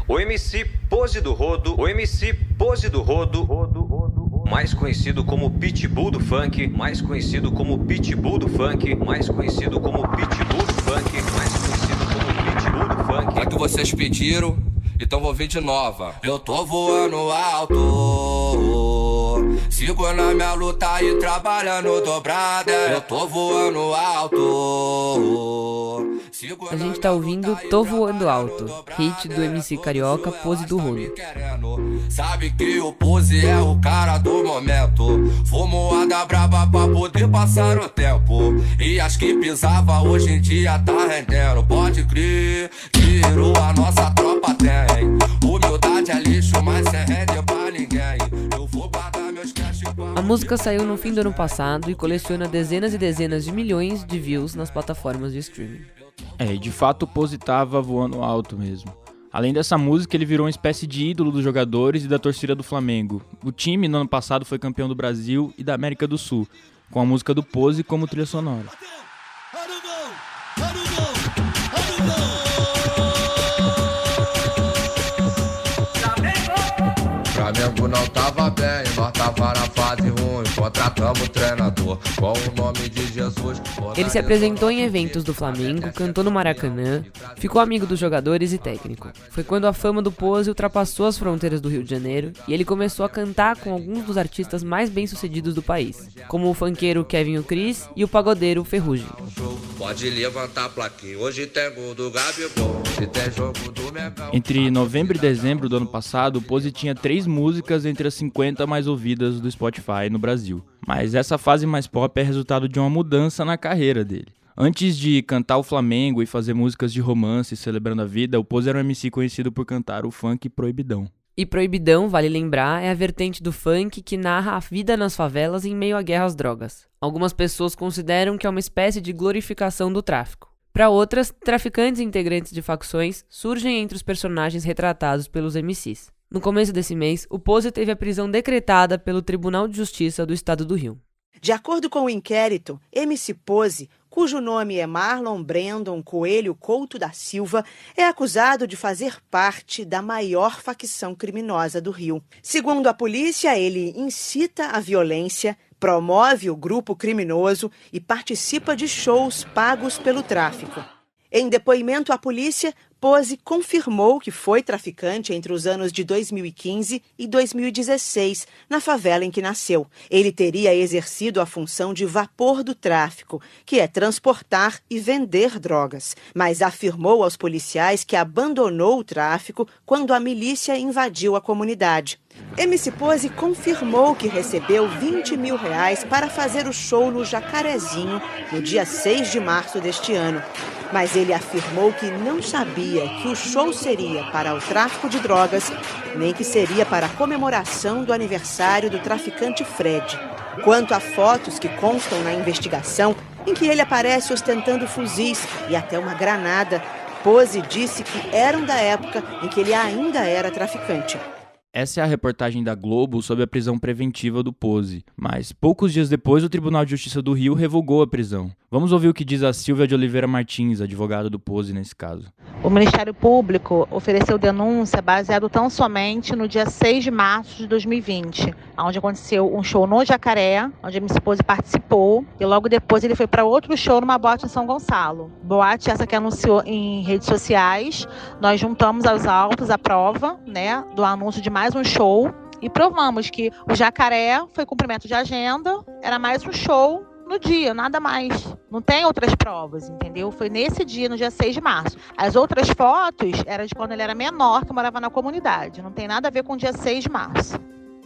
O MC Pose do Rodo, mais conhecido como Pitbull do Funk, É que vocês pediram, então vou vir de nova. Eu tô voando alto, sigo na minha luta e trabalhando dobrada. Eu tô voando alto. A gente tá ouvindo Tô Voando Alto, hit do MC Carioca, Pose do Rodo. Sabe que o Pose é o cara do momento. Fumoada braba pra poder passar o tempo. E as que pisava hoje em dia tá rendendo. Pode crer, tirou a nossa tropa tem. Humildade é lixo, mas cê rende pra ninguém. Eu vou guardar meus cash. A música saiu no fim do ano passado e coleciona dezenas e dezenas de milhões de views nas plataformas de streaming. E de fato o Pose tava voando alto mesmo. Além dessa música, ele virou uma espécie de ídolo dos jogadores e da torcida do Flamengo. O time, no ano passado, foi campeão do Brasil e da América do Sul, com a música do Pose como trilha sonora. Flamengo não tava bem, nós tava na fase ruim. Contratamos o treinador com o nome de Jesus. Ele se apresentou em eventos do Flamengo, cantou no Maracanã, ficou amigo dos jogadores e técnico. Foi quando a fama do Pose ultrapassou as fronteiras do Rio de Janeiro e ele começou a cantar com alguns dos artistas mais bem-sucedidos do país, como o funkeiro Kevin o Cris e o pagodeiro Ferrugem. Pode levantar a plaquinha, hoje tem gol do Gabigol, se tem jogo do Mengão. Entre novembro e dezembro do ano passado, o Pose tinha 3 músicas entre as 50 mais ouvidas do Spotify no Brasil. Mas essa fase mais pop é resultado de uma mudança na carreira dele. Antes de cantar o Flamengo e fazer músicas de romance celebrando a vida, o Pose era um MC conhecido por cantar o funk proibidão. E proibidão, vale lembrar, é a vertente do funk que narra a vida nas favelas em meio à guerra às drogas. Algumas pessoas consideram que é uma espécie de glorificação do tráfico. Para outras, traficantes e integrantes de facções surgem entre os personagens retratados pelos MCs. No começo desse mês, o Pose teve a prisão decretada pelo Tribunal de Justiça do Estado do Rio. De acordo com o inquérito, MC Pose, cujo nome é Marlon Brandon Coelho Couto da Silva, é acusado de fazer parte da maior facção criminosa do Rio. Segundo a polícia, ele incita a violência, promove o grupo criminoso e participa de shows pagos pelo tráfico. Em depoimento à polícia, Pose confirmou que foi traficante entre os anos de 2015 e 2016, na favela em que nasceu. Ele teria exercido a função de vapor do tráfico, que é transportar e vender drogas, mas afirmou aos policiais que abandonou o tráfico quando a milícia invadiu a comunidade. MC Pose confirmou que recebeu R$20 mil para fazer o show no Jacarezinho no dia 6 de março deste ano. Mas ele afirmou que não sabia que o show seria para o tráfico de drogas, nem que seria para a comemoração do aniversário do traficante Fred. Quanto a fotos que constam na investigação, em que ele aparece ostentando fuzis e até uma granada, Pose disse que eram da época em que ele ainda era traficante. Essa é a reportagem da Globo sobre a prisão preventiva do Pose, mas poucos dias depois o Tribunal de Justiça do Rio revogou a prisão. Vamos ouvir o que diz a Silvia de Oliveira Martins, advogada do Pose nesse caso. O Ministério Público ofereceu denúncia baseado tão somente no dia 6 de março de 2020, onde aconteceu um show no Jacaré, onde a MC Pose participou, e logo depois ele foi para outro show numa boate em São Gonçalo. Boate essa que anunciou em redes sociais. Nós juntamos aos autos a prova, do anúncio de mais um show e provamos que o Jacaré foi cumprimento de agenda, era mais um show no dia, nada mais. Não tem outras provas, entendeu? Foi nesse dia, no dia 6 de março. As outras fotos eram de quando ele era menor, que morava na comunidade. Não tem nada a ver com o dia 6 de março.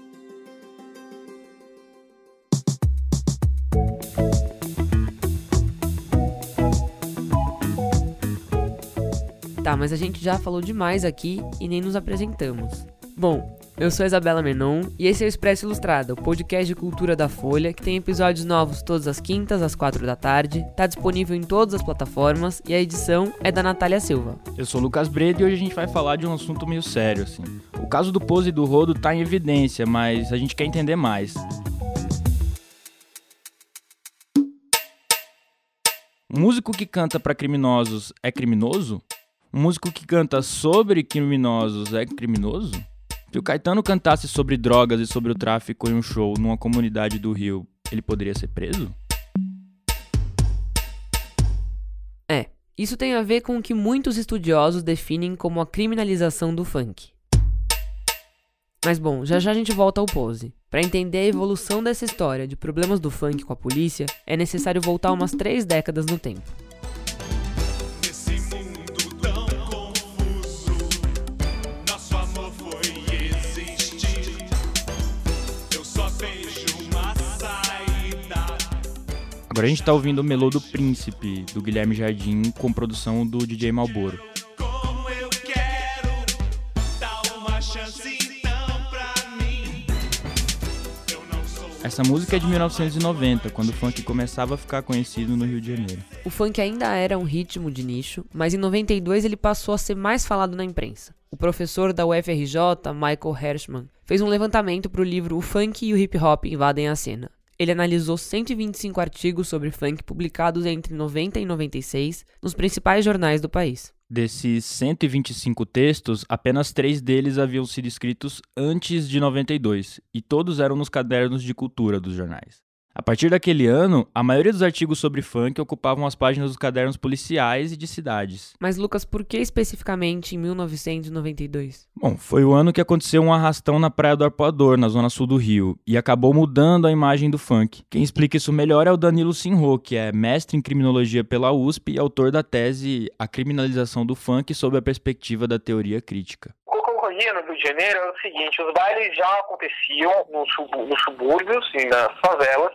Tá, mas a gente já falou demais aqui e nem nos apresentamos. Bom, eu sou a Isabela Menon e esse é o Expresso Ilustrada, o podcast de cultura da Folha, que tem episódios novos todas as quintas às 4 da tarde, tá disponível em todas as plataformas e a edição é da Natália Silva. Eu sou o Lucas Breda e hoje a gente vai falar de um assunto meio sério, assim. O caso do Pose e do Rodo tá em evidência, mas a gente quer entender mais. Um músico que canta pra criminosos é criminoso? Um músico que canta sobre criminosos é criminoso? Se o Caetano cantasse sobre drogas e sobre o tráfico em um show numa comunidade do Rio, ele poderia ser preso? Isso tem a ver com o que muitos estudiosos definem como a criminalização do funk. Mas bom, já já a gente volta ao Pose. Para entender a evolução dessa história de problemas do funk com a polícia, é necessário voltar umas 3 décadas no tempo. Nesse mundo tão confuso, nosso amor foi existir. Eu só vejo uma saída. Agora a gente tá ouvindo o Melô do Príncipe, do Guilherme Jardim, com produção do DJ Malboro. Como eu quero dar uma chance então pra mim. Eu não sou. Essa música é de 1990, quando o funk começava a ficar conhecido no Rio de Janeiro. O funk ainda era um ritmo de nicho, mas em 92 ele passou a ser mais falado na imprensa. O professor da UFRJ, Michael Hershman, fez um levantamento para o livro O Funk e o Hip Hop Invadem a Cena. Ele analisou 125 artigos sobre funk publicados entre 90 e 96 nos principais jornais do país. Desses 125 textos, apenas 3 deles haviam sido escritos antes de 92, e todos eram nos cadernos de cultura dos jornais. A partir daquele ano, a maioria dos artigos sobre funk ocupavam as páginas dos cadernos policiais e de cidades. Mas Lucas, por que especificamente em 1992? Bom, foi o ano que aconteceu um arrastão na Praia do Arpoador, na zona sul do Rio, e acabou mudando a imagem do funk. Quem explica isso melhor é o Danilo Sinro, que é mestre em criminologia pela USP e autor da tese A Criminalização do Funk sob a Perspectiva da Teoria Crítica. O que ocorria no Rio de Janeiro era o seguinte: os bailes já aconteciam nos subúrbios e nas favelas,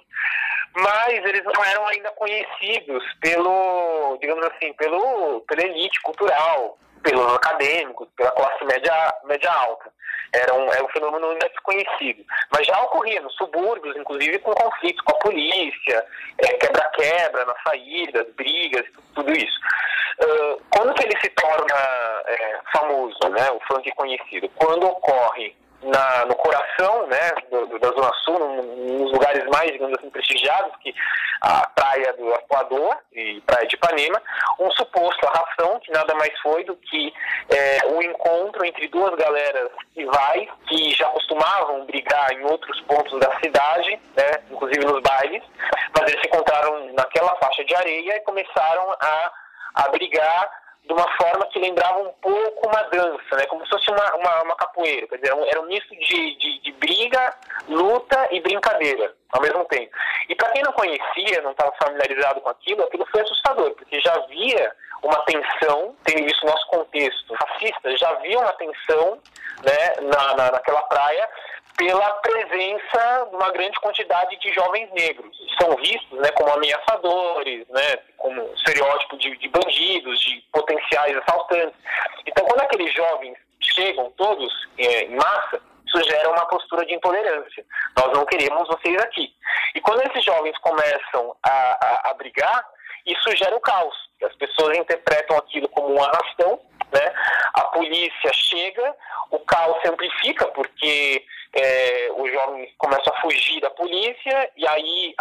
mas eles não eram ainda conhecidos pelo, digamos assim, pela elite cultural, pelos acadêmicos, pela classe média alta. Era um fenômeno ainda desconhecido. Mas já ocorria nos subúrbios, inclusive com conflitos com a polícia, quebra-quebra nas saídas, brigas, tudo isso. Quando que ele se torna famoso, né, o funk conhecido? Quando ocorre no coração, né, da Zona Sul, nos lugares mais, digamos assim, prestigiados, que a Praia do Arpoador e Praia de Ipanema, um suposto arrastão, que nada mais foi do que um encontro entre duas galeras rivais, que já costumavam brigar em outros pontos da cidade, né, inclusive nos bailes, mas eles se encontraram naquela faixa de areia e começaram a brigar de uma forma que lembrava um pouco uma dança, né? Como se fosse uma capoeira, quer dizer, era um misto de briga, luta e brincadeira ao mesmo tempo. E para quem não conhecia, não estava familiarizado com aquilo foi assustador, porque já havia uma tensão, tendo visto o nosso contexto racista, já havia uma tensão, né, naquela praia, pela presença de uma grande quantidade de jovens negros. São vistos, né, como ameaçadores, né, como estereótipo de bandidos, de potenciais assaltantes. Então, quando aqueles jovens chegam todos em massa, isso gera uma postura de intolerância. Nós não queremos vocês aqui. E quando esses jovens começam a brigar, isso gera o caos. As pessoas interpretam aquilo como um arrastão, né? A polícia chega, o caos se amplifica porque os jovens começam a fugir da polícia, e aí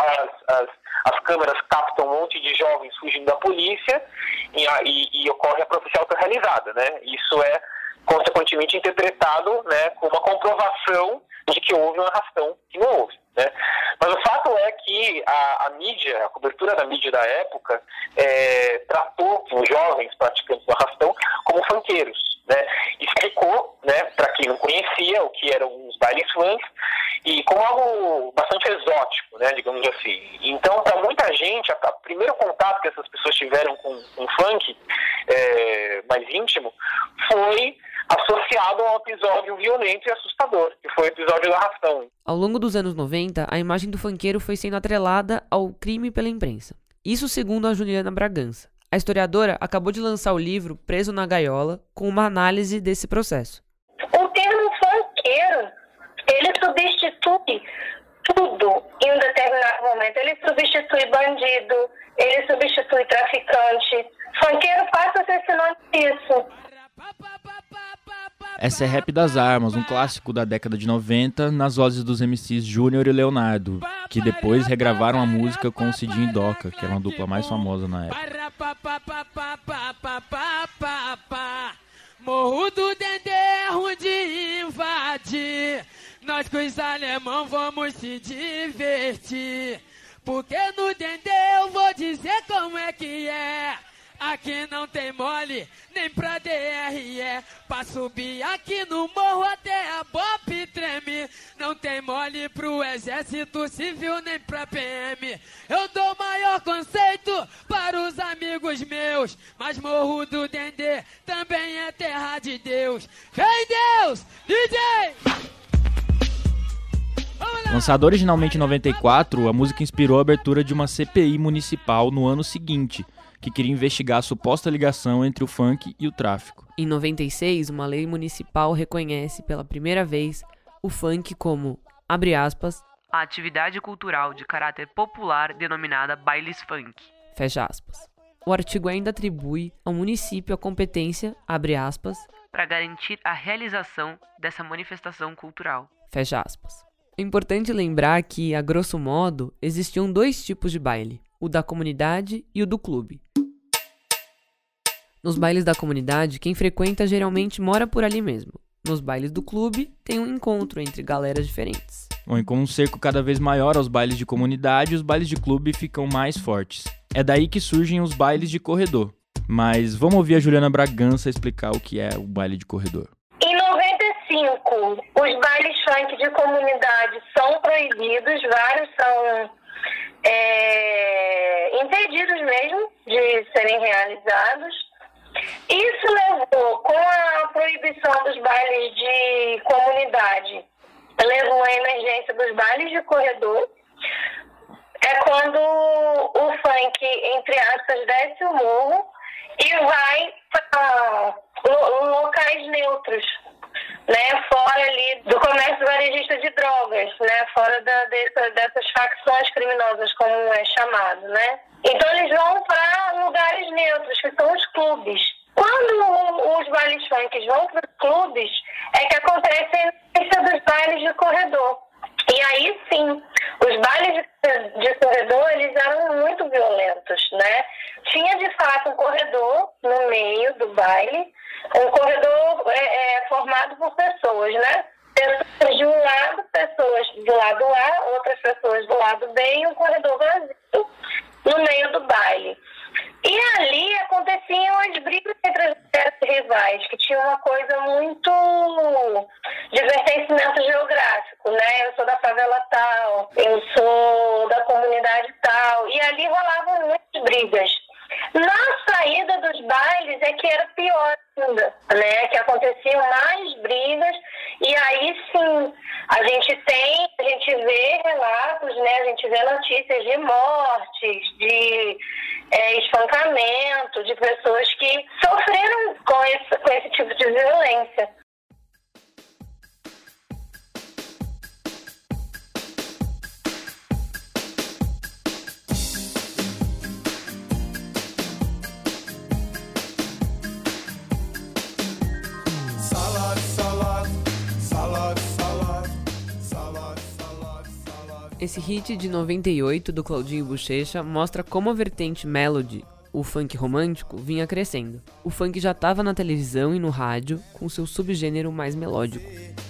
as câmeras captam um monte de jovens fugindo da polícia e ocorre a profecia autorrealizada, né? Isso é consequentemente interpretado, né, como uma comprovação de que houve um arrastão, que não houve, né? Mas o fato é que a mídia, a cobertura da mídia da época, tratou os jovens praticantes do arrastão como funkeiros, né? Explicou, né, para quem não conhecia, o que eram os bailes funk, e como algo bastante exótico, né, digamos assim. Então, para muita gente, o primeiro contato que essas pessoas tiveram com funk mais íntimo foi associado a um episódio violento e assustador, que foi o episódio do arrastão. Ao longo dos anos 90, a imagem do funkeiro foi sendo atrelada ao crime pela imprensa. Isso segundo a Juliana Bragança. A historiadora acabou de lançar o livro Preso na Gaiola, com uma análise desse processo. O termo funkeiro, ele substitui tudo em um determinado momento. Ele substitui bandido, ele substitui traficante. Funkeiro passa a ser sinônimo disso. Essa é Rap das Armas, um clássico da década de 90, nas vozes dos MCs Júnior e Leonardo, que depois regravaram a música com o Cidinho e Doca, que era uma dupla mais famosa na época. Morro do Dendê é ruim de invadir. Nós com os alemão vamos se divertir. Porque no Dendê eu vou dizer como é que é. Aqui não tem mole, nem pra DRE. Pra subir aqui no morro até a BOP treme. Não tem mole pro exército civil, nem pra PM. Eu dou maior conceito para os amigos meus. Mas Morro do Dendê também é terra de Deus. Vem Deus, DJ! Lançada originalmente em 94, a música inspirou a abertura de uma CPI municipal no ano seguinte, que queria investigar a suposta ligação entre o funk e o tráfico. Em 96, uma lei municipal reconhece pela primeira vez o funk como, abre aspas, a atividade cultural de caráter popular denominada bailes funk, fecha aspas. O artigo ainda atribui ao município a competência, abre aspas, para garantir a realização dessa manifestação cultural, fecha aspas. É importante lembrar que, a grosso modo, existiam dois tipos de baile, o da comunidade e o do clube. Nos bailes da comunidade, quem frequenta geralmente mora por ali mesmo. Nos bailes do clube, tem um encontro entre galeras diferentes. Bom, e com um cerco cada vez maior aos bailes de comunidade, os bailes de clube ficam mais fortes. É daí que surgem os bailes de corredor. Mas vamos ouvir a Juliana Bragança explicar o que é o baile de corredor. Em 95, os bailes funk de comunidade são proibidos, vários são impedidos mesmo de serem realizados. Isso levou, com a proibição dos bailes de comunidade, levou à emergência dos bailes de corredor. É quando o funk, entre aspas, desce o morro e vai para locais neutros, né, fora ali do comércio varejista de drogas, né, fora dessas facções criminosas, como é chamado, né. Então eles vão para lugares neutros, que são os clubes. Quando os bailes funk vão para os clubes, é que acontece a emergência dos bailes de corredor. E aí sim, os bailes de corredor, eles eram muito violentos, né? Tinha de fato um corredor no meio do baile, um corredor formado por pessoas, né? Pessoas de um lado, pessoas do lado A, outras pessoas do lado B e um corredor vazio no meio do baile. E ali aconteciam as brigas entre as rivais, que tinha uma coisa muito de pertencimento geográfico, né? Eu sou da favela tal, eu sou da comunidade tal, e ali rolavam muitas brigas. Na saída dos bailes é que era pior ainda, né? Que aconteciam mais brigas, e aí sim, a gente vê relatos, né? A gente vê notícias de mortes, de espancamento, de pessoas que sofreram com esse tipo de violência. Esse hit de 98 do Claudinho Buchecha mostra como a vertente melody, o funk romântico, vinha crescendo. O funk já estava na televisão e no rádio, com seu subgênero mais melódico.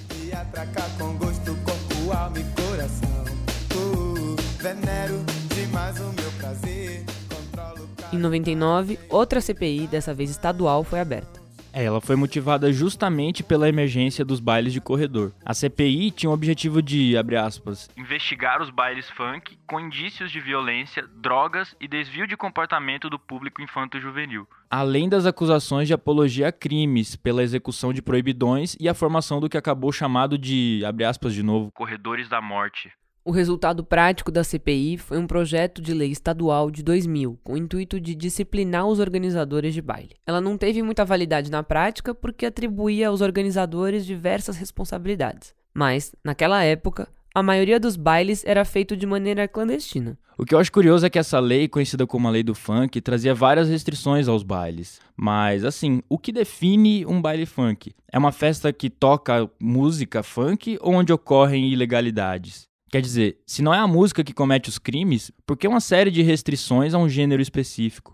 Em 99, outra CPI, dessa vez estadual, foi aberta. Ela foi motivada justamente pela emergência dos bailes de corredor. A CPI tinha o objetivo de, abre aspas, investigar os bailes funk com indícios de violência, drogas e desvio de comportamento do público infanto-juvenil. Além das acusações de apologia a crimes pela execução de proibidões e a formação do que acabou chamado de, abre aspas de novo, corredores da morte. O resultado prático da CPI foi um projeto de lei estadual de 2000, com o intuito de disciplinar os organizadores de baile. Ela não teve muita validade na prática porque atribuía aos organizadores diversas responsabilidades. Mas, naquela época, a maioria dos bailes era feito de maneira clandestina. O que eu acho curioso é que essa lei, conhecida como a Lei do Funk, trazia várias restrições aos bailes. Mas, assim, o que define um baile funk? É uma festa que toca música funk ou onde ocorrem ilegalidades? Quer dizer, se não é a música que comete os crimes, por que uma série de restrições a um gênero específico?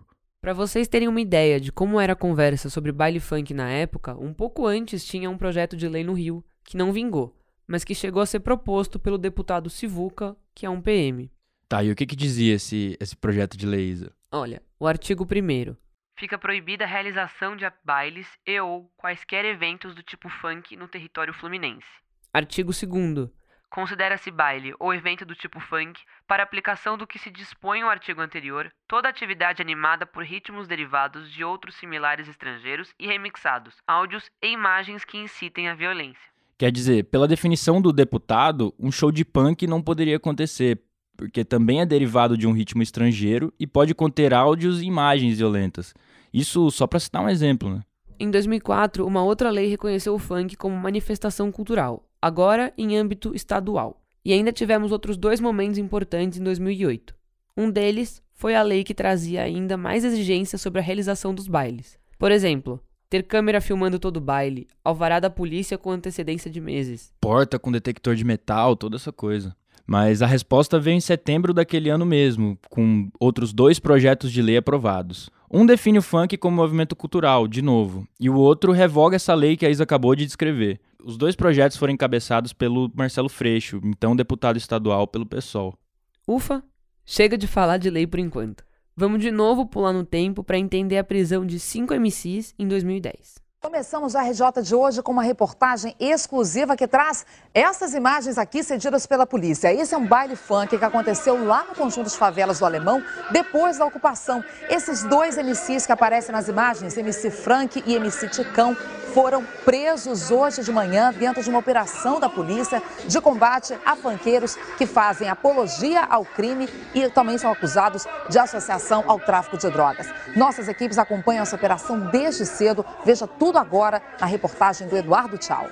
Para vocês terem uma ideia de como era a conversa sobre baile funk na época, um pouco antes tinha um projeto de lei no Rio, que não vingou, mas que chegou a ser proposto pelo deputado Sivuca, que é um PM. Tá, e o que dizia esse projeto de lei, Isa? Olha, o artigo 1º. Fica proibida a realização de bailes e ou quaisquer eventos do tipo funk no território fluminense. Artigo 2º. Considera-se baile ou evento do tipo funk, para aplicação do que se dispõe o artigo anterior, toda atividade animada por ritmos derivados de outros similares estrangeiros e remixados, áudios e imagens que incitem à violência. Quer dizer, pela definição do deputado, um show de punk não poderia acontecer, porque também é derivado de um ritmo estrangeiro e pode conter áudios e imagens violentas. Isso só para citar um exemplo, né? Em 2004, uma outra lei reconheceu o funk como manifestação cultural, agora em âmbito estadual. E ainda tivemos outros 2 momentos importantes em 2008. Um deles foi a lei que trazia ainda mais exigências sobre a realização dos bailes. Por exemplo, ter câmera filmando todo o baile, alvará da polícia com antecedência de meses. Porta com detector de metal, toda essa coisa. Mas a resposta veio em setembro daquele ano mesmo, com outros 2 projetos de lei aprovados. Um define o funk como movimento cultural, de novo, e o outro revoga essa lei que a Isa acabou de descrever. Os 2 projetos foram encabeçados pelo Marcelo Freixo, então deputado estadual pelo PSOL. Ufa, chega de falar de lei por enquanto. Vamos de novo pular no tempo para entender a prisão de 5 MCs em 2010. Começamos a RJ de hoje com uma reportagem exclusiva que traz essas imagens aqui cedidas pela polícia. Esse é um baile funk que aconteceu lá no Conjunto das Favelas do Alemão, depois da ocupação. Esses 2 MCs que aparecem nas imagens, MC Frank e MC Ticão, foram presos hoje de manhã dentro de uma operação da polícia de combate a funkeiros que fazem apologia ao crime e também são acusados de associação ao tráfico de drogas. Nossas equipes acompanham essa operação desde cedo. Veja tudo agora na reportagem do Eduardo Tchau.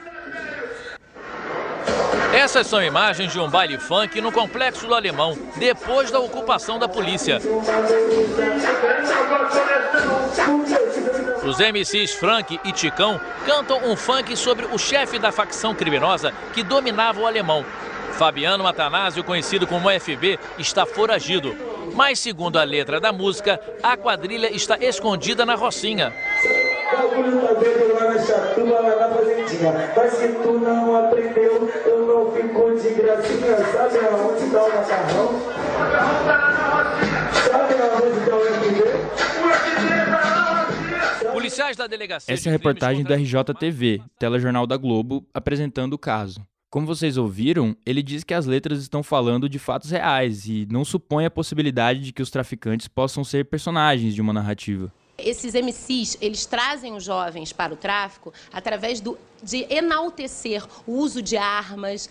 Essas são imagens de um baile funk no Complexo do Alemão, depois da ocupação da polícia. Os MCs Frank e Ticão cantam um funk sobre o chefe da facção criminosa que dominava o Alemão. Fabiano Atanásio, conhecido como FB, está foragido. Mas, segundo a letra da música, a quadrilha está escondida na Rocinha. Mas se tu não aprendeu, eu não fico de gracinha. Sabe aonde dá o macarrão? Sabe aonde dá o FB? Policiais da delegacia. Essa é a reportagem do RJTV, telejornal da Globo, apresentando o caso. Como vocês ouviram, ele diz que as letras estão falando de fatos reais e não supõe a possibilidade de que os traficantes possam ser personagens de uma narrativa. Esses MCs, eles trazem os jovens para o tráfico através de enaltecer o uso de armas,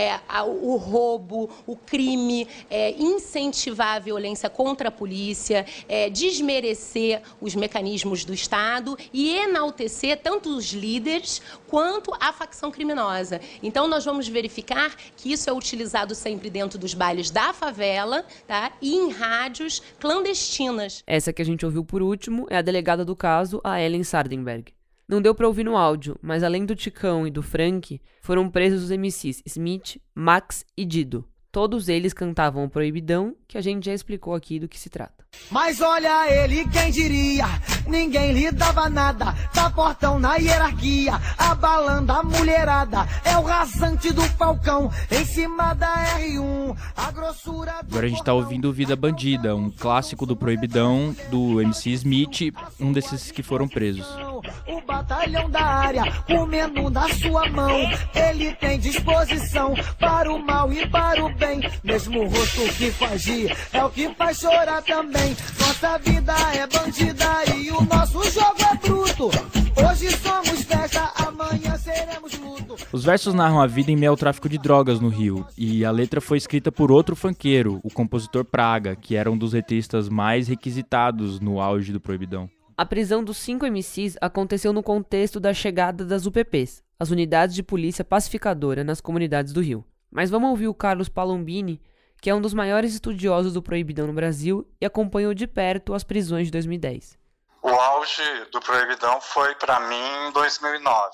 o roubo, o crime, incentivar a violência contra a polícia, desmerecer os mecanismos do Estado e enaltecer tanto os líderes quanto a facção criminosa. Então, nós vamos verificar que isso é utilizado sempre dentro dos bailes da favela, tá? E em rádios clandestinas. Essa que a gente ouviu por último é a delegada do caso, a Ellen Sardenberg. Não deu pra ouvir no áudio, mas além do Ticão e do Frank, foram presos os MCs Smith, Max e Dido. Todos eles cantavam o Proibidão, que a gente já explicou aqui do que se trata. Mas olha ele, quem diria, ninguém lhe dava nada, tá portão na hierarquia, abalando a mulherada, é o rasante do Falcão, em cima da R1, a grossura do... Agora a gente tá ouvindo Vida Bandida, um clássico do Proibidão, do MC Smith, um desses que foram presos. O batalhão da área, o menu na sua mão, ele tem disposição para o mal e para o bem, mesmo o rosto que faz rir, é o que faz chorar também. Nossa vida é bandida e o nosso jogo é bruto. Hoje somos festa, amanhã seremos luto. Os versos narram a vida em meio ao tráfico de drogas no Rio, e a letra foi escrita por outro funkeiro, o compositor Praga, que era um dos letristas mais requisitados no auge do Proibidão. A prisão dos 5 MCs aconteceu no contexto da chegada das UPPs, as Unidades de Polícia Pacificadora, nas comunidades do Rio. Mas vamos ouvir o Carlos Palombini, que é um dos maiores estudiosos do Proibidão no Brasil e acompanhou de perto as prisões de 2010. O auge do Proibidão foi, para mim, em 2009.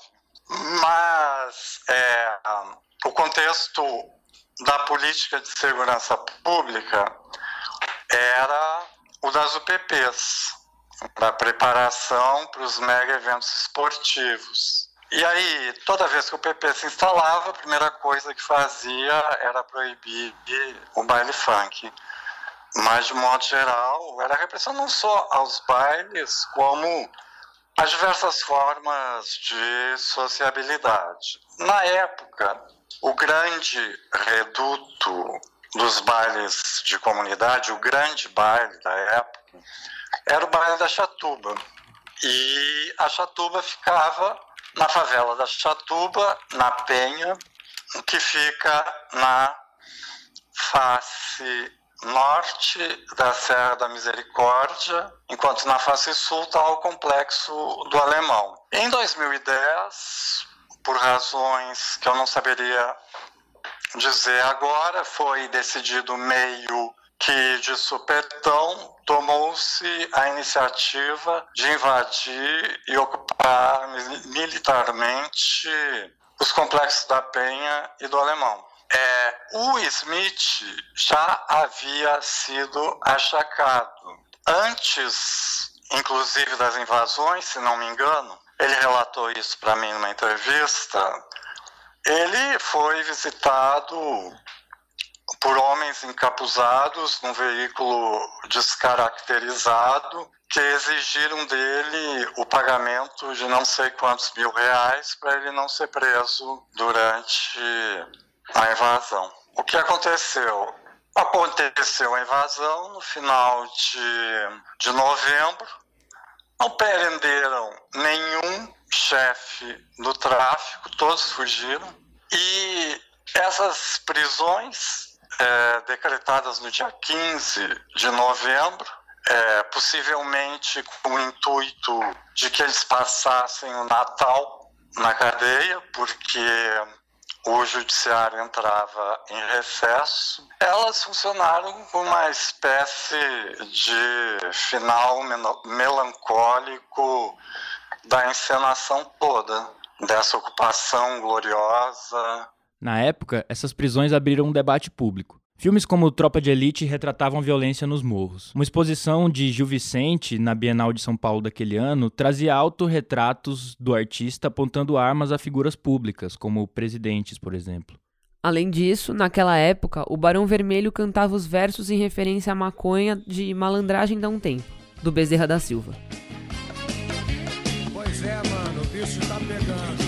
Mas o contexto da política de segurança pública era o das UPPs. da preparação para os mega eventos esportivos. E aí, toda vez que o PP se instalava, a primeira coisa que fazia era proibir o baile funk. Mas, de modo geral, era repressão não só aos bailes, como às diversas formas de sociabilidade. Na época, o grande reduto dos bailes de comunidade, o grande baile da época, era o baile da Chatuba. E a Chatuba ficava na favela da Chatuba, na Penha, que fica na face norte da Serra da Misericórdia, enquanto na face sul está o Complexo do Alemão. Em 2010, por razões que eu não saberia dizer agora, foi decidido meio que de supetão, tomou-se a iniciativa de invadir e ocupar militarmente os complexos da Penha e do Alemão. O Smith já havia sido achacado. Antes, inclusive, das invasões, se não me engano, ele relatou isso para mim numa entrevista, ele foi visitado por homens encapuzados num veículo descaracterizado que exigiram dele o pagamento de não sei quantos mil reais para ele não ser preso durante a invasão. O que aconteceu? Aconteceu a invasão no final de novembro. Não prenderam nenhum chefe do tráfico, todos fugiram. E essas prisões, decretadas no dia 15 de novembro, possivelmente com o intuito de que eles passassem o Natal na cadeia, porque o judiciário entrava em recesso, elas funcionaram como uma espécie de final melancólico da encenação toda, dessa ocupação gloriosa. Na época, essas prisões abriram um debate público. Filmes como Tropa de Elite retratavam violência nos morros. Uma exposição de Gil Vicente, na Bienal de São Paulo daquele ano, trazia autorretratos do artista apontando armas a figuras públicas, como presidentes, por exemplo. Além disso, naquela época, o Barão Vermelho cantava os versos em referência à maconha de Malandragem Dá um Tempo, do Bezerra da Silva. Pois é, mano, o bicho tá pegando.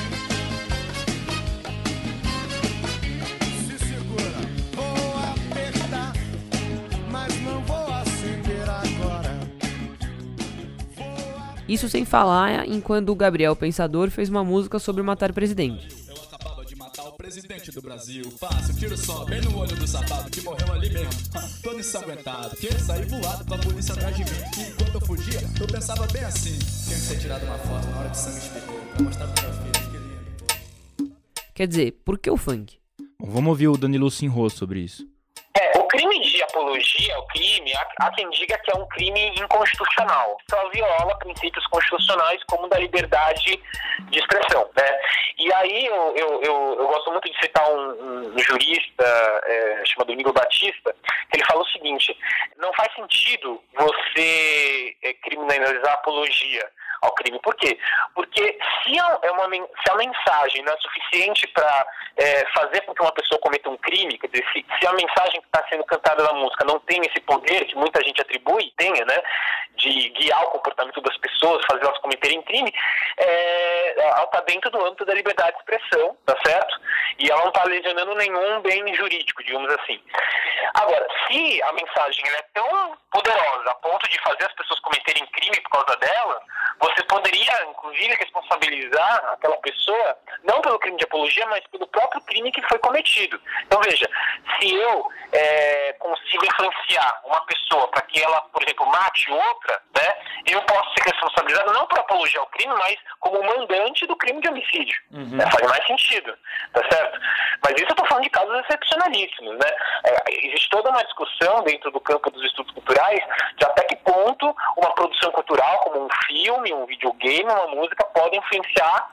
Isso sem falar em quando o Gabriel Pensador fez uma música sobre matar presidente. Eu acabava de matar o presidente do Brasil. Faço tiro só, bem no olho do safado que morreu ali mesmo. Todo ensanguentado, que saí voado pra polícia atrás de mim. E enquanto eu fugia, eu pensava bem assim: tinha que ter tirado uma foto na hora que o sangue espirrou pra mostrar pro meu filho, que lindo. Quer dizer, por que o funk? Bom, vamos ouvir o Danilo Sinro sobre isso. O crime de apologia, o crime, há quem diga que é um crime inconstitucional. Só viola princípios constitucionais como da liberdade de expressão, né? E aí eu gosto muito de citar um jurista chamado Igor Batista, que ele fala o seguinte: não faz sentido você criminalizar a apologia ao crime. Por quê? Porque se a mensagem não é suficiente para fazer com que uma pessoa cometa um crime, quer dizer, se a mensagem que está sendo cantada na música não tem esse poder que muita gente atribui, tenha, né, de guiar o comportamento das pessoas, fazer elas cometerem crime, ela está dentro do âmbito da liberdade de expressão, tá certo? E ela não está lesionando nenhum bem jurídico, digamos assim. Agora, se a mensagem é tão poderosa a ponto de fazer as pessoas cometerem crime por causa dela, você poderia, inclusive, responsabilizar aquela pessoa, não pelo crime de apologia, mas pelo próprio crime que foi cometido. Então, veja, se eu consigo influenciar uma pessoa para que ela, por exemplo, mate outra, né, eu posso ser responsabilizado não por apologia ao crime, mas como mandante do crime de homicídio. Faz mais sentido, tá certo? certo? Mas isso eu tô falando de casos excepcionalíssimos, né? Existe toda uma discussão dentro do campo dos estudos culturais de até que ponto uma produção cultural, como um filme, um videogame, uma música, pode influenciar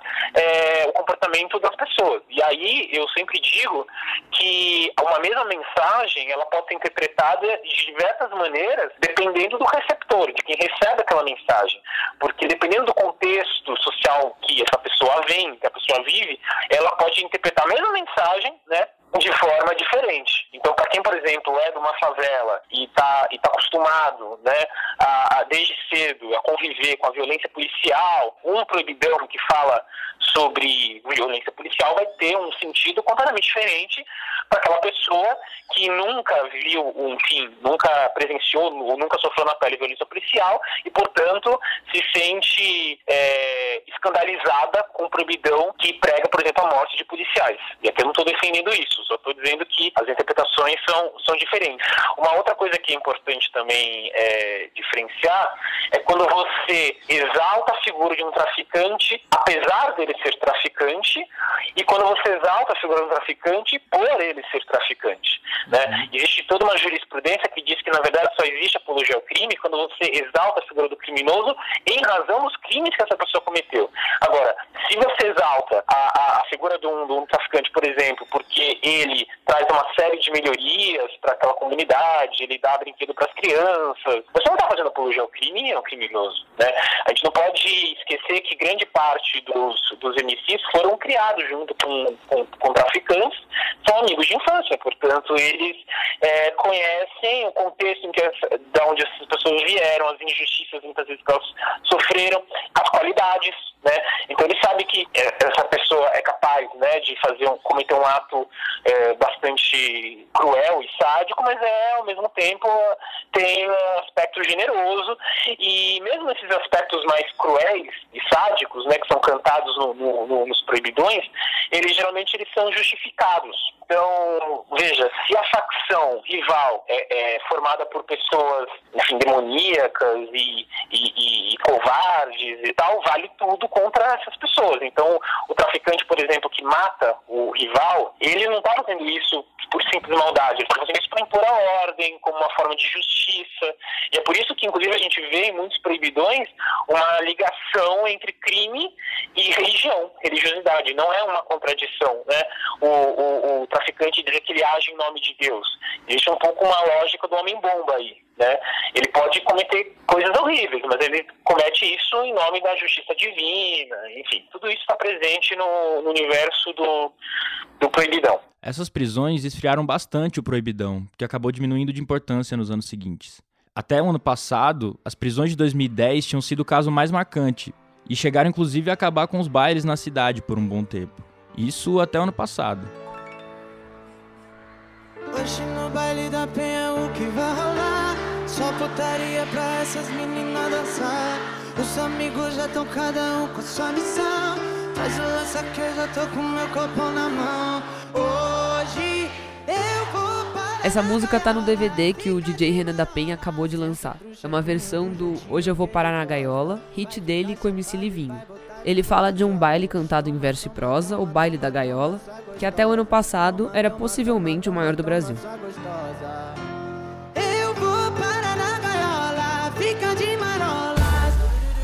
o comportamento das pessoas. E aí eu sempre digo que uma mesma mensagem, ela pode ser interpretada de diversas maneiras, dependendo do receptor, de quem recebe aquela mensagem. Porque dependendo do contexto social que essa pessoa vem, que a pessoa vive, ela pode interpretar a mesma mensagem, né, de forma diferente. Então, para quem, por exemplo, é de uma favela e tá acostumado, né, desde cedo a conviver com a violência policial, um proibidão que fala sobre violência policial vai ter um sentido completamente diferente para aquela pessoa que nunca viu, enfim, nunca presenciou ou nunca sofreu na pele violência policial e, portanto, se sente escandalizada com o proibidão que prega, por exemplo, a morte de policiais. E aqui eu não estou defendendo isso, só estou dizendo que as interpretações são diferentes. Uma outra coisa que é importante também diferenciar é quando você exalta a figura de um traficante, apesar dele ser traficante, e quando você exalta a figura de um traficante por ele ser traficante, né? Existe toda uma jurisprudência que diz que, na verdade, só existe apologia ao crime quando você exalta a figura do criminoso em razão dos crimes que essa pessoa cometeu. Agora, se você exalta a figura de um traficante, por exemplo, porque ele traz uma série de melhorias para aquela comunidade, ele dá brinquedo para as crianças, você não está fazendo apologia ao crime, é um criminoso, né? A gente não pode esquecer que grande parte dos MCs foram criados junto com traficantes, são amigos de infância, portanto, eles conhecem o contexto de onde essas pessoas vieram, as injustiças muitas vezes que elas sofreram, as qualidades, né? Então ele sabe que essa pessoa é capaz, né, de cometer um ato bastante cruel e sádico, mas ao mesmo tempo tem um aspecto generoso, e mesmo esses aspectos mais cruéis e sádicos, né, que são cantados nos proibidões, geralmente eles são justificados. Então, veja, se a facção rival é formada por pessoas, enfim, demoníacas e covardes e tal, vale tudo contra essas pessoas. Então, o traficante, por exemplo, que mata o rival, ele não está fazendo isso por simples maldade, ele está fazendo isso para impor a ordem, como uma forma de justiça. E é por isso que, inclusive, a gente vê em muitos proibidões uma ligação entre crime e religiosidade. Não é uma contradição, né? O traficante dizer que ele age em nome de Deus. Existe um pouco uma lógica do homem-bomba aí, né? Ele pode cometer coisas horríveis, mas ele comete isso em nome da justiça divina. Enfim, tudo isso está presente no universo do proibidão. Essas prisões esfriaram bastante o proibidão, que acabou diminuindo de importância nos anos seguintes. Até o ano passado, as prisões de 2010 tinham sido o caso mais marcante, e chegaram inclusive a acabar com os bailes na cidade por um bom tempo. Isso até o ano passado. Hoje no baile da Penha o que vai rolar? Só putaria pra essas meninas dançar. Os amigos já estão cada um com sua missão. Faz o lança que eu já tô com meu copão na mão. Hoje eu vou parar. Essa música tá no DVD que o DJ Renan da Penha acabou de lançar. É uma versão do Hoje Eu Vou Parar na Gaiola, hit dele com o MC Livinho. Ele fala de um baile cantado em verso e prosa, o Baile da Gaiola, que até o ano passado era possivelmente o maior do Brasil. Eu vou parar na gaiola, fica de marolas.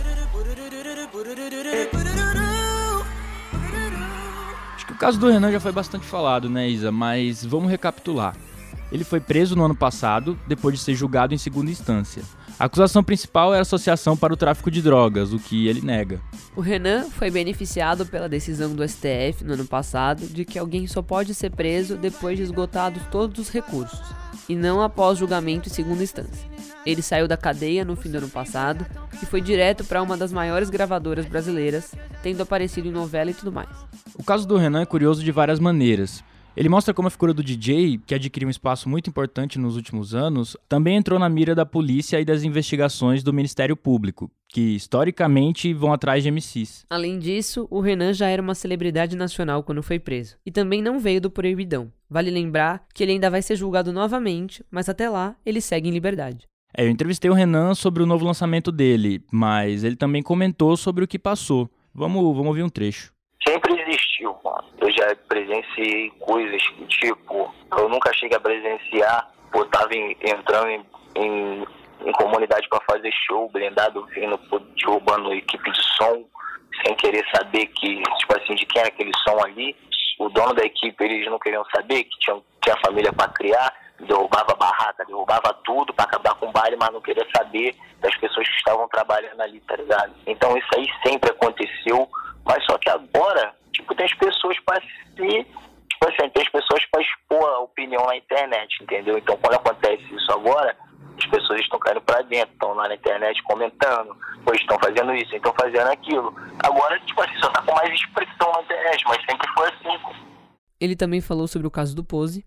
Acho que o caso do Renan já foi bastante falado, né, Isa? Mas vamos recapitular. Ele foi preso no ano passado, depois de ser julgado em segunda instância. A acusação principal é a associação para o tráfico de drogas, o que ele nega. O Renan foi beneficiado pela decisão do STF no ano passado de que alguém só pode ser preso depois de esgotados todos os recursos, e não após julgamento em segunda instância. Ele saiu da cadeia no fim do ano passado e foi direto para uma das maiores gravadoras brasileiras, tendo aparecido em novela e tudo mais. O caso do Renan é curioso de várias maneiras. Ele mostra como a figura do DJ, que adquiriu um espaço muito importante nos últimos anos, também entrou na mira da polícia e das investigações do Ministério Público, que historicamente vão atrás de MCs. Além disso, o Renan já era uma celebridade nacional quando foi preso, e também não veio do proibidão. Vale lembrar que ele ainda vai ser julgado novamente, mas até lá ele segue em liberdade. Eu entrevistei o Renan sobre o novo lançamento dele, mas ele também comentou sobre o que passou. Vamos ouvir um trecho. sempre existiu, mano. Eu já presenciei coisas que, tipo, eu nunca cheguei a presenciar, pô, tava entrando em comunidade pra fazer show, blindado, vindo, pô, derrubando equipe de som, sem querer saber que, tipo assim, de quem era aquele som ali. O dono da equipe, eles não queriam saber que tinha família pra criar, derrubava a barraca, derrubava tudo pra acabar com o baile, mas não queria saber das pessoas que estavam trabalhando ali, tá ligado? Então isso aí sempre aconteceu, mas só que agora, tipo, tem as pessoas pra se... Tipo assim, tem as pessoas pra expor a opinião na internet, entendeu? Então quando acontece isso agora, as pessoas estão caindo pra dentro, estão lá na internet comentando, pois estão fazendo isso, estão fazendo aquilo. Agora, tipo assim, só tá com mais expressão na internet, mas sempre foi assim. Ele também falou sobre o caso do Pose.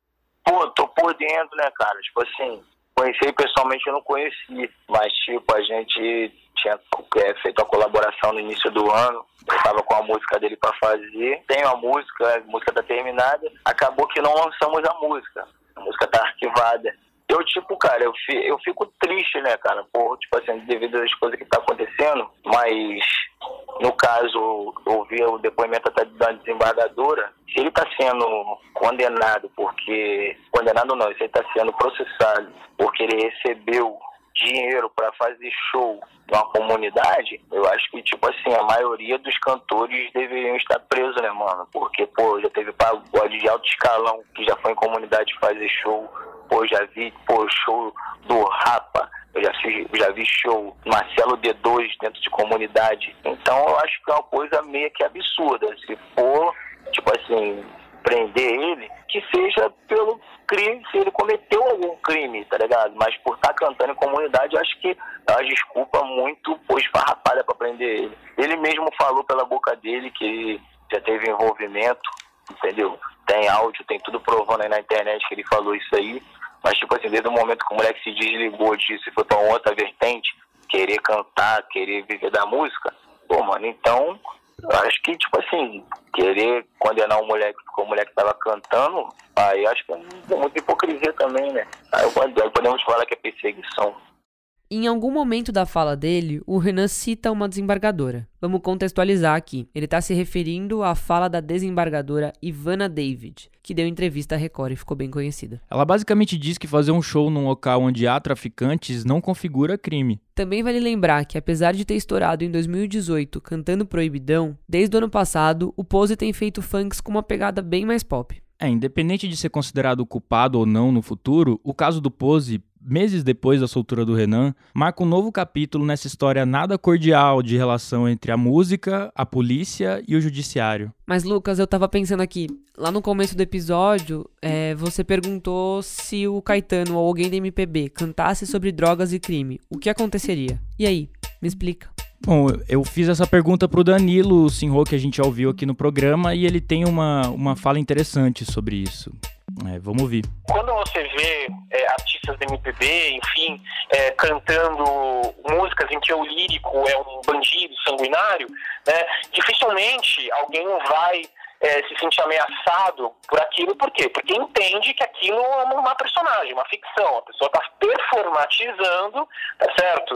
Pô, tô por dentro, né, cara? Tipo assim, conheci pessoalmente, eu não conheci, mas tipo, a gente tinha feito a colaboração no início do ano, eu tava com a música dele pra fazer, tenho a música tá terminada, acabou que não lançamos a música tá arquivada. Eu, tipo, cara, eu fico triste, né, cara, por, tipo assim, devido às coisas que tá acontecendo, mas, no caso, eu vi o depoimento até da desembargadora, se ele tá sendo condenado condenado não, se ele tá sendo processado porque ele recebeu dinheiro pra fazer show numa comunidade, eu acho que, tipo assim, a maioria dos cantores deveriam estar presos, né, mano, porque, pô, já teve pagode de alto escalão que já foi em comunidade fazer show. Pô, já vi, show do Rapa, eu já vi show Marcelo D2 dentro de comunidade. Então eu acho que é uma coisa meio que absurda. Se for, tipo assim, prender ele, que seja pelo crime, se ele cometeu algum crime, tá ligado? Mas por estar cantando em comunidade, eu acho que é uma desculpa muito esfarrapada pra prender ele. Ele mesmo falou pela boca dele que já teve envolvimento, entendeu? Tem áudio, tem tudo provando aí na internet que ele falou isso aí. Mas, tipo assim, desde o momento que o moleque se desligou disso e foi pra uma outra vertente, querer cantar, querer viver da música, pô, mano, então, eu acho que, tipo assim, querer condenar o moleque porque o moleque tava cantando, aí acho que é muita hipocrisia também, né? Aí podemos falar que é perseguição. Em algum momento da fala dele, o Renan cita uma desembargadora. Vamos contextualizar aqui. Ele está se referindo à fala da desembargadora Ivana David, que deu entrevista à Record e ficou bem conhecida. Ela basicamente diz que fazer um show num local onde há traficantes não configura crime. Também vale lembrar que, apesar de ter estourado em 2018 cantando Proibidão, desde o ano passado, o Pose tem feito funks com uma pegada bem mais pop. Independente de ser considerado culpado ou não no futuro, o caso do Pose, meses depois da soltura do Renan, marca um novo capítulo nessa história nada cordial de relação entre a música, a polícia e o judiciário. Mas, Lucas, eu tava pensando aqui, lá no começo do episódio, você perguntou se o Caetano ou alguém da MPB cantasse sobre drogas e crime, o que aconteceria? E aí, me explica. Bom, eu fiz essa pergunta pro Danilo Sinro, que a gente já ouviu aqui no programa, e ele tem uma fala interessante sobre isso. Vamos ouvir. Quando você vê artistas da MPB, enfim, cantando músicas em que o lírico é um bandido sanguinário, né, dificilmente alguém vai se sentir ameaçado por aquilo. Por quê? Porque entende que aquilo é uma personagem, uma ficção. A pessoa está performatizando, tá certo?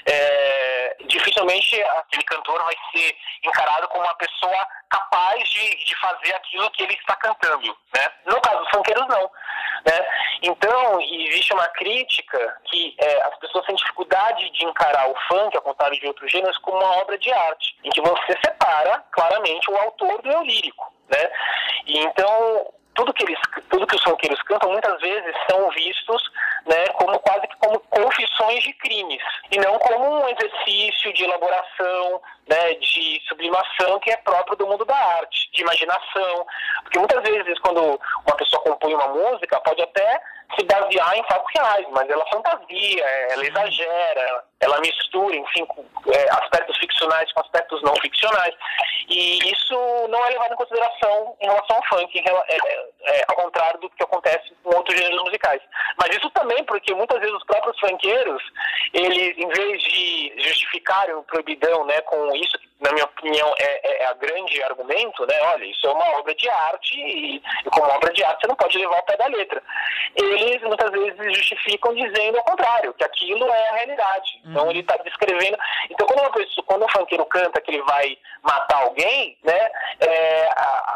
Dificilmente aquele cantor vai ser encarado como uma pessoa capaz de fazer aquilo que ele está cantando, né? No caso dos funkeiros, não, né? Então, existe uma crítica que as pessoas têm dificuldade de encarar o funk, ao contrário de outros gêneros, como uma obra de arte, em que você separa claramente o autor do eu lírico, né? E então, tudo que os funkeiros cantam, muitas vezes são vistos, né, quase que como confissões de crimes, e não como um exercício de elaboração, né, de sublimação que é próprio do mundo da arte, de imaginação. Porque muitas vezes, quando uma pessoa compõe uma música, pode até se basear em fatos reais, mas ela fantasia, ela exagera, ela mistura, enfim, aspectos ficcionais com aspectos não ficcionais. E isso não é levado em consideração em relação ao funk, ao contrário do que acontece com outros gêneros musicais. Mas isso também porque muitas vezes os próprios funkeiros, eles, em vez de justificarem o Proibidão, né, com isso, que na minha opinião é a grande argumento, né, olha, isso é uma obra de arte e como obra de arte você não pode levar ao pé da letra. Eles muitas vezes justificam dizendo ao contrário, que aquilo é a realidade. Então ele está descrevendo. Então quando um funkeiro canta que ele vai matar alguém, né,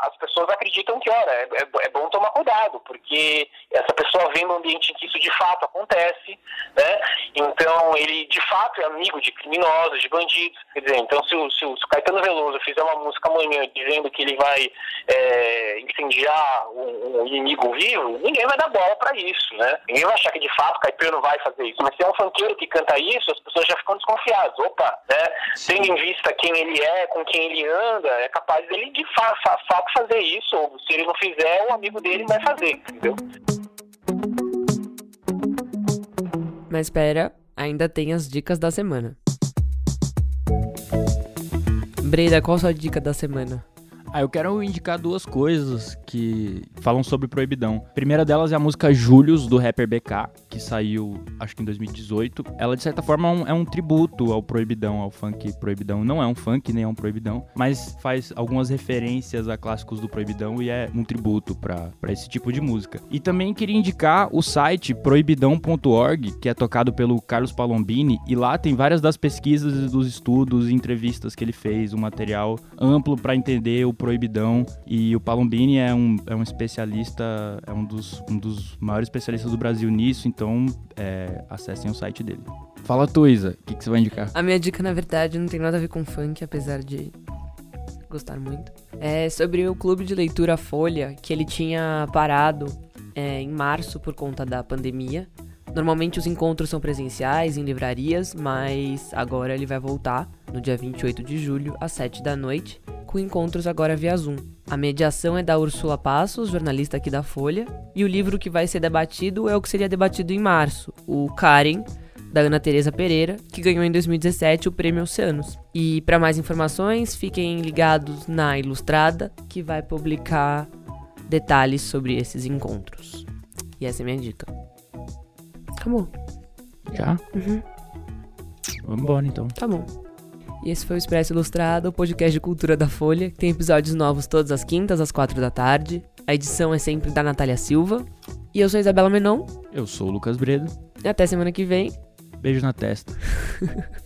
as pessoas acreditam que, olha, é bom tomar cuidado, porque essa pessoa vem num ambiente em que isso de fato acontece, né? Então, ele de fato é amigo de criminosos, de bandidos. Quer dizer, então, se o Caetano Veloso fizer uma música amanhã dizendo que ele vai incendiar um inimigo vivo, ninguém vai dar bola pra isso, né? Ninguém vai achar que de fato o Caetano vai fazer isso. Mas se é um funkeiro que canta isso, as pessoas já ficam desconfiadas. Opa, né? Tendo em vista quem ele é, com quem ele anda, é capaz dele de fato fazer isso, ou se ele não fizer, o amigo dele vai fazer, entendeu? Mas espera, ainda tem as dicas da semana. Breda, qual a sua dica da semana? Eu quero indicar duas coisas que falam sobre Proibidão. A primeira delas é a música Július, do rapper BK, que saiu, acho que em 2018. Ela, de certa forma, é um tributo ao Proibidão, ao funk Proibidão. Não é um funk, nem é um Proibidão, mas faz algumas referências a clássicos do Proibidão e é um tributo pra esse tipo de música. E também queria indicar o site proibidão.org, que é tocado pelo Carlos Palombini, e lá tem várias das pesquisas, dos estudos e entrevistas que ele fez, um material amplo pra entender o Proibidão, e o Palombini é um especialista, é um dos maiores especialistas do Brasil nisso, então acessem o site dele. Fala tu, Isa, o que você vai indicar? A minha dica, na verdade, não tem nada a ver com funk, apesar de gostar muito. É sobre o clube de leitura Folha, que ele tinha parado em março por conta da pandemia. Normalmente os encontros são presenciais, em livrarias, mas agora ele vai voltar no dia 28 de julho, às 7 da noite, com encontros agora via Zoom. A mediação é da Úrsula Passos, jornalista aqui da Folha, e o livro que vai ser debatido é o que seria debatido em março, o Karen, da Ana Teresa Pereira, que ganhou em 2017 o Prêmio Oceanos. E para mais informações, fiquem ligados na Ilustrada, que vai publicar detalhes sobre esses encontros. E essa é a minha dica. Acabou. Já? Uhum. Vamos embora, então. Tá bom. E esse foi o Expresso Ilustrado, o podcast de cultura da Folha, que tem episódios novos todas as quintas, às 4 da tarde. A edição é sempre da Natália Silva. E eu sou Isabela Menon. Eu sou o Lucas Breda. E até semana que vem. Beijo na testa.